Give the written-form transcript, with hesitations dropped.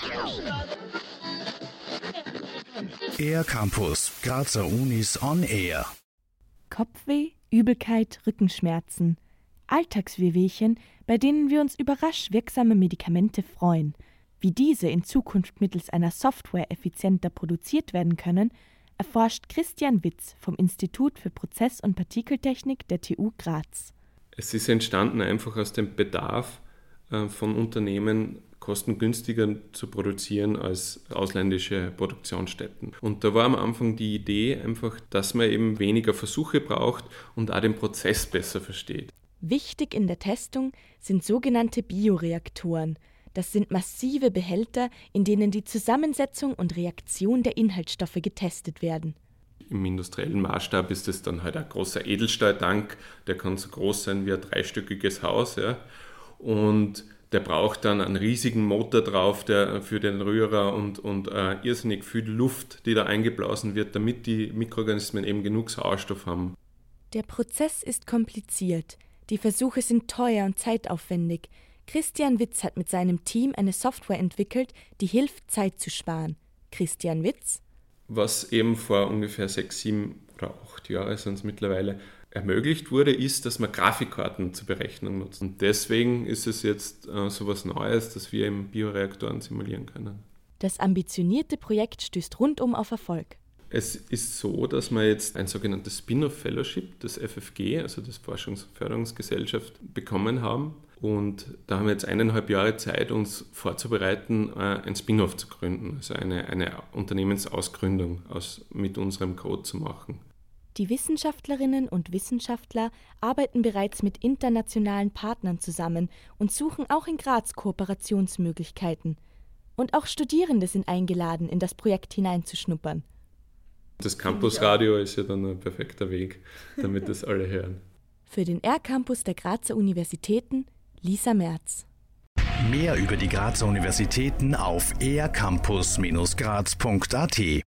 Air Campus, Grazer Unis on Air. Kopfweh, Übelkeit, Rückenschmerzen. Alltagswehwehchen, bei denen wir uns über rasch wirksame Medikamente freuen. Wie diese in Zukunft mittels einer Software effizienter produziert werden können, erforscht Christian Witz vom Institut für Prozess- und Partikeltechnik der TU Graz. Es ist entstanden einfach aus dem Bedarf von Unternehmen, kostengünstiger zu produzieren als ausländische Produktionsstätten. Und da war am Anfang die Idee einfach, dass man eben weniger Versuche braucht und auch den Prozess besser versteht. Wichtig in der Testung sind sogenannte Bioreaktoren. Das sind massive Behälter, in denen die Zusammensetzung und Reaktion der Inhaltsstoffe getestet werden. Im industriellen Maßstab ist es dann halt ein großer Edelstahltank, der kann so groß sein wie ein dreistöckiges Haus. Ja. Und der braucht dann einen riesigen Motor drauf, der für den Rührer und irrsinnig viel Luft, die da eingeblasen wird, damit die Mikroorganismen eben genug Sauerstoff haben. Der Prozess ist kompliziert. Die Versuche sind teuer und zeitaufwendig. Christian Witz hat mit seinem Team eine Software entwickelt, die hilft, Zeit zu sparen. Christian Witz? Was eben vor ungefähr 6, 7 oder 8 Jahren sind es mittlerweile ermöglicht wurde, ist, dass man Grafikkarten zur Berechnung nutzt. Und deswegen ist es jetzt so was Neues, dass wir eben Bioreaktoren simulieren können. Das ambitionierte Projekt stößt rundum auf Erfolg. Es ist so, dass wir jetzt ein sogenanntes Spin-off-Fellowship, das FFG, also das Forschungs- und Förderungsgesellschaft, bekommen haben. Und da haben wir jetzt 1,5 Jahre Zeit, uns vorzubereiten, ein Spin-off zu gründen, also eine Unternehmensausgründung mit unserem Code zu machen. Die Wissenschaftlerinnen und Wissenschaftler arbeiten bereits mit internationalen Partnern zusammen und suchen auch in Graz Kooperationsmöglichkeiten. Und auch Studierende sind eingeladen, in das Projekt hineinzuschnuppern. Das Campusradio ist ja dann ein perfekter Weg, damit das alle hören. Für den Air Campus der Grazer Universitäten, Lisa Merz. Mehr über die Grazer Universitäten auf aircampus-graz.at